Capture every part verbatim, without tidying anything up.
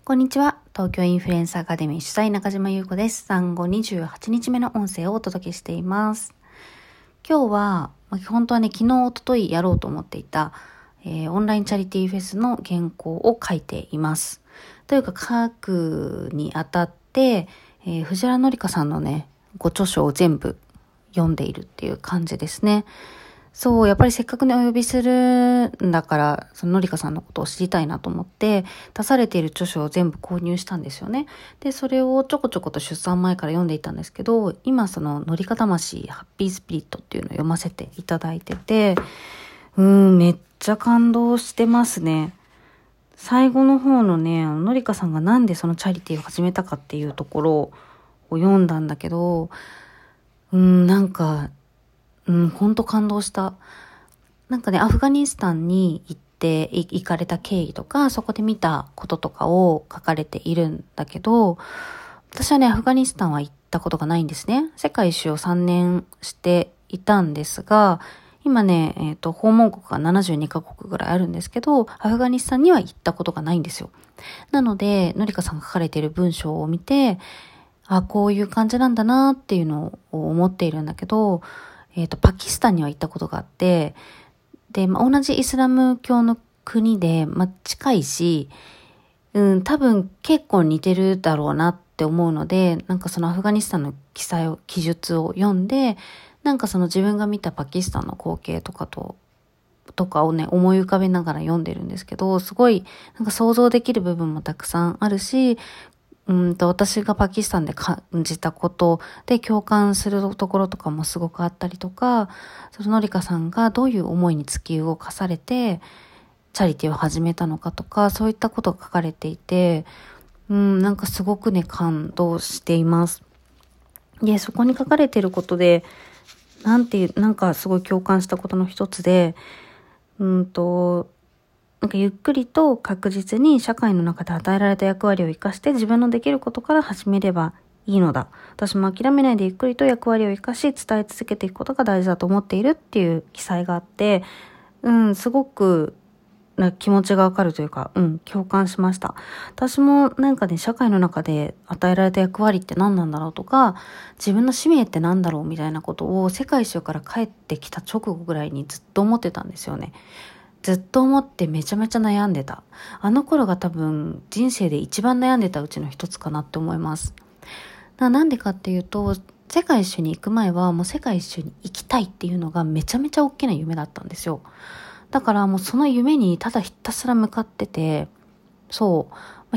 こんにちは。東京インフルエンサーアカデミー主催中島優子です。産後にじゅうはちにちめの音声をお届けしています。今日は、本当はね、昨日、おとといやろうと思っていた、えー、オンラインチャリティーフェスの原稿を書いています。というか、書くにあたって、えー、藤原紀香さんのね、ご著書を全部読んでいるっていう感じですね。そう、やっぱりせっかくね、お呼びするんだから、そののりかさんのことを知りたいなと思って、出されている著書を全部購入したんですよね。で、それをちょこちょこと出産前から読んでいたんですけど、今そののりか魂ハッピースピリットっていうのを読ませていただいてて、うーん、めっちゃ感動してますね。最後の方のね、のりかさんがなんでそのチャリティーを始めたかっていうところを読んだんだけど、うーん、なんか、うん、ほんと感動した。なんかね、アフガニスタンに行って行かれた経緯とか、そこで見たこととかを書かれているんだけど、私はね、アフガニスタンは行ったことがないんですね。世界一周をさんねんしていたんですが、今ね、えっと、訪問国がななじゅうにカ国ぐらいあるんですけど、アフガニスタンには行ったことがないんですよ。なので、のりかさんが書かれている文章を見て、あ、こういう感じなんだなっていうのを思っているんだけど、えっと、パキスタンには行ったことがあって、で、まあ、同じイスラム教の国で、まあ、近いし、うん、多分結構似てるだろうなって思うので、なんかそのアフガニスタンの記載を、記述を読んで、なんかその自分が見たパキスタンの光景とかと、とかをね、思い浮かべながら読んでるんですけど、すごい、なんか想像できる部分もたくさんあるし、うんと私がパキスタンで感じたことで共感するところとかもすごくあったりとか、そののりかさんがどういう思いに突き動かされてチャリティーを始めたのかとか、そういったことが書かれていて、うん、なんかすごくね、感動しています。で、そこに書かれていることで、なんていう、なんかすごい共感したことの一つで、うんと、なんかゆっくりと確実に社会の中で与えられた役割を生かして自分のできることから始めればいいのだ。私も諦めないでゆっくりと役割を生かし伝え続けていくことが大事だと思っているっていう記載があって、うん、すごくな気持ちがわかるというか、うん、共感しました。私もなんかね、社会の中で与えられた役割って何なんだろうとか、自分の使命って何だろうみたいなことを世界一周から帰ってきた直後ぐらいにずっと思ってたんですよね。ずっと思ってめちゃめちゃ悩んでた。あの頃が多分人生で一番悩んでたうちの一つかなって思います。な、なんでかっていうと、世界一周に行く前はもう世界一周に行きたいっていうのがめちゃめちゃ大きな夢だったんですよ。だからもうその夢にただひたすら向かってて、そう、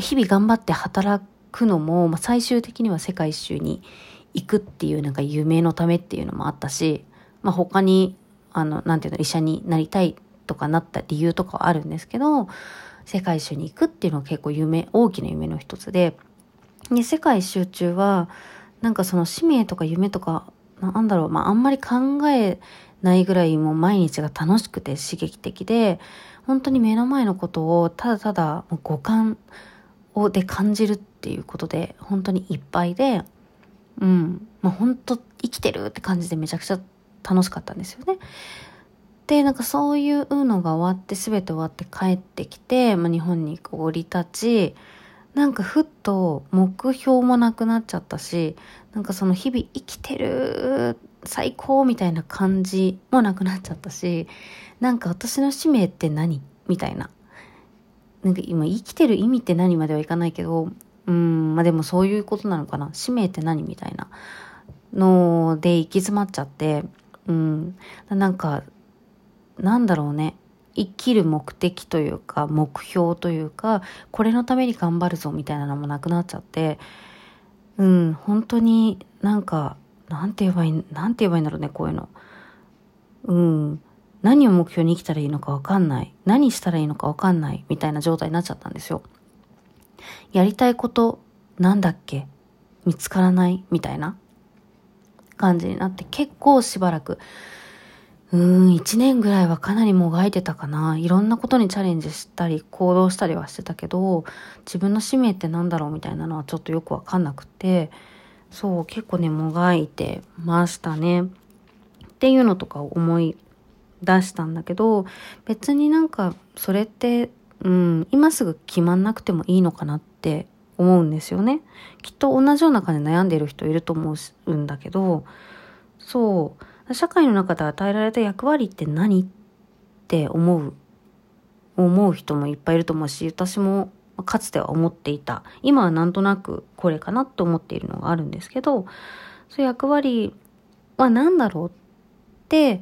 日々頑張って働くのも、まあ、最終的には世界一周に行くっていうなんか夢のためっていうのもあったし、まあ、他に、あの、なんていうの、医者になりたいとかなった理由とかはあるんですけど、世界一周に行くっていうのは結構夢、大きな夢の一つで、で、世界一周中は、なんかその使命とか夢とか、なんだろう、まああんまり考えないぐらいもう毎日が楽しくて刺激的で、本当に目の前のことをただただ五感をで感じるっていうことで、本当にいっぱいで、うん、まあ本当生きてるって感じでめちゃくちゃ楽しかったんですよね。で、なんかそういうのが終わって、すべて終わって帰ってきて、まあ、日本にこう降り立ち、なんかふっと目標もなくなっちゃったし、なんかその日々生きてる最高みたいな感じもなくなっちゃったし、なんか私の使命って何みたいな。なんか今生きてる意味って何まではいかないけど、うん、まあでもそういうことなのかな。使命って何みたいなので行き詰まっちゃって、うん、なんか、なんだろうね。生きる目的というか、目標というか、これのために頑張るぞみたいなのもなくなっちゃって、うん、本当になんか、なんて言えばいい、なんて言えばいいんだろうね、こういうの。うん、何を目標に生きたらいいのかわかんない。何したらいいのかわかんない、みたいな状態になっちゃったんですよ。やりたいこと、なんだっけ見つからない、みたいな感じになって、結構しばらく、うーん、一年ぐらいはかなりもがいてたかな。いろんなことにチャレンジしたり、行動したりはしてたけど、自分の使命ってなんだろうみたいなのはちょっとよくわかんなくて、そう、結構ね、もがいてましたね。っていうのとかを思い出したんだけど、別になんか、それってうん、今すぐ決まんなくてもいいのかなって思うんですよね。きっと同じような感じで悩んでいる人いると思うんだけど、そう、社会の中で与えられた役割って何って思う、思う人もいっぱいいると思うし、私もかつては思っていた。今はなんとなくこれかなと思っているのがあるんですけど、そういう役割は何だろうって、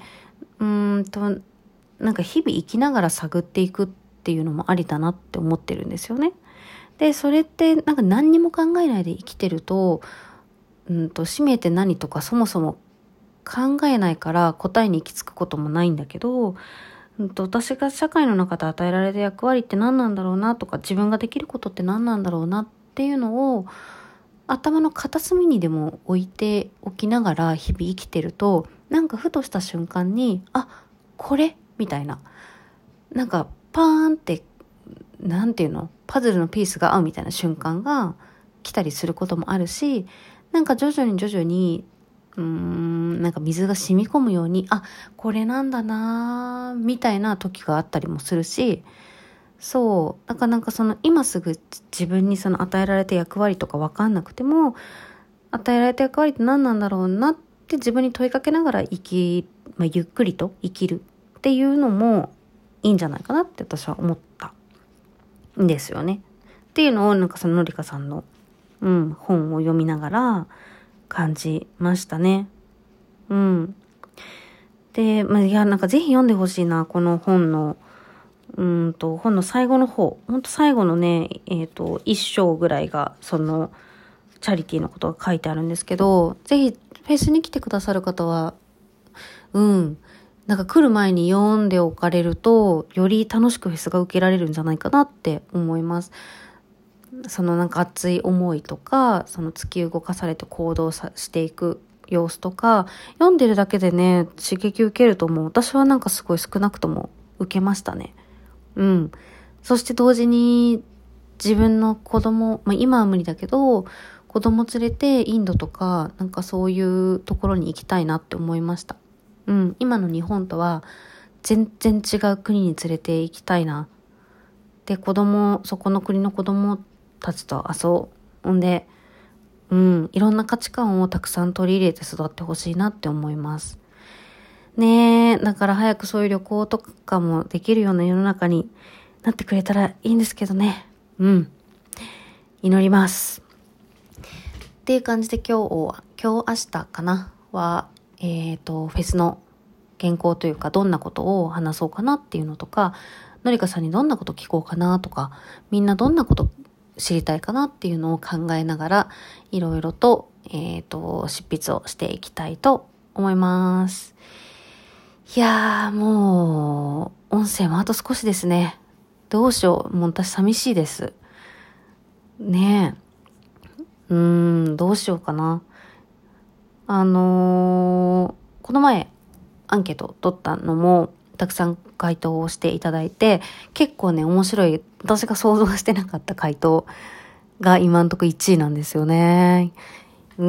うーんと、なんか日々生きながら探っていくっていうのもありだなって思ってるんですよね。で、それってなんか何にも考えないで生きてると、うんと、使命って何とかそもそも考えないから答えに行き着くこともないんだけど、うんと、私が社会の中で与えられた役割って何なんだろうなとか、自分ができることって何なんだろうなっていうのを頭の片隅にでも置いておきながら日々生きてると、なんかふとした瞬間に、あ、これみたいな。なんかパーンって、なんていうの、パズルのピースが合うみたいな瞬間が来たりすることもあるし、なんか徐々に徐々に、うーん、なんか水が染み込むように、あ、これなんだなーみたいな時があったりもするし、そう。だからなんかその今すぐ自分にその与えられた役割とか分かんなくても、与えられた役割って何なんだろうなって自分に問いかけながら生き、まあ、ゆっくりと生きるっていうのもいいんじゃないかなって私は思ったんですよね。っていうのをなんかそののりかさんの、うん、本を読みながら感じましたね。うん。で、まあ、いや、なんかぜひ読んでほしいな、この本の、うんと、本の最後の方、ほんと最後のね、えっと、一章ぐらいが、その、チャリティーのことが書いてあるんですけど、ぜひ、フェスに来てくださる方は、うん、なんか来る前に読んでおかれると、より楽しくフェスが受けられるんじゃないかなって思います。そのなんか熱い思いとか、その突き動かされて行動さしていく様子とか、読んでるだけでね、刺激受けると思う。私はなんかすごい少なくとも受けましたね。うん。そして同時に自分の子供、まあ今は無理だけど、子供連れてインドとか、なんかそういうところに行きたいなって思いました。うん。今の日本とは全然違う国に連れて行きたいな。で、子供、そこの国の子供たちと遊んで、うん。いろんな価値観をたくさん取り入れて育ってほしいなって思います。ねえ、だから早くそういう旅行とかもできるような世の中になってくれたらいいんですけどね。うん。祈ります。っていう感じで今日は、今日明日かなは、えっと、フェスの原稿というか、どんなことを話そうかなっていうのとか、のりかさんにどんなこと聞こうかなとか、みんなどんなこと知りたいかなっていうのを考えながら、いろいろと、えっと、執筆をしていきたいと思います。いやー、もう、音声もあと少しですね。どうしよう。もう私寂しいです。ねえ。うーん、どうしようかな。あのー、この前、アンケート取ったのも、たくさん回答をしていただいて、結構ね、面白い、私が想像してなかった回答が今んとこいちいなんですよね。うん、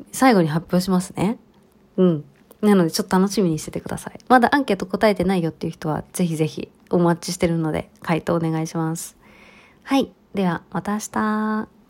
最後に発表しますね。うん。なのでちょっと楽しみにしててください。まだアンケート答えてないよっていう人はぜひぜひお待ちしてるので回答お願いします。はい。ではまた明日。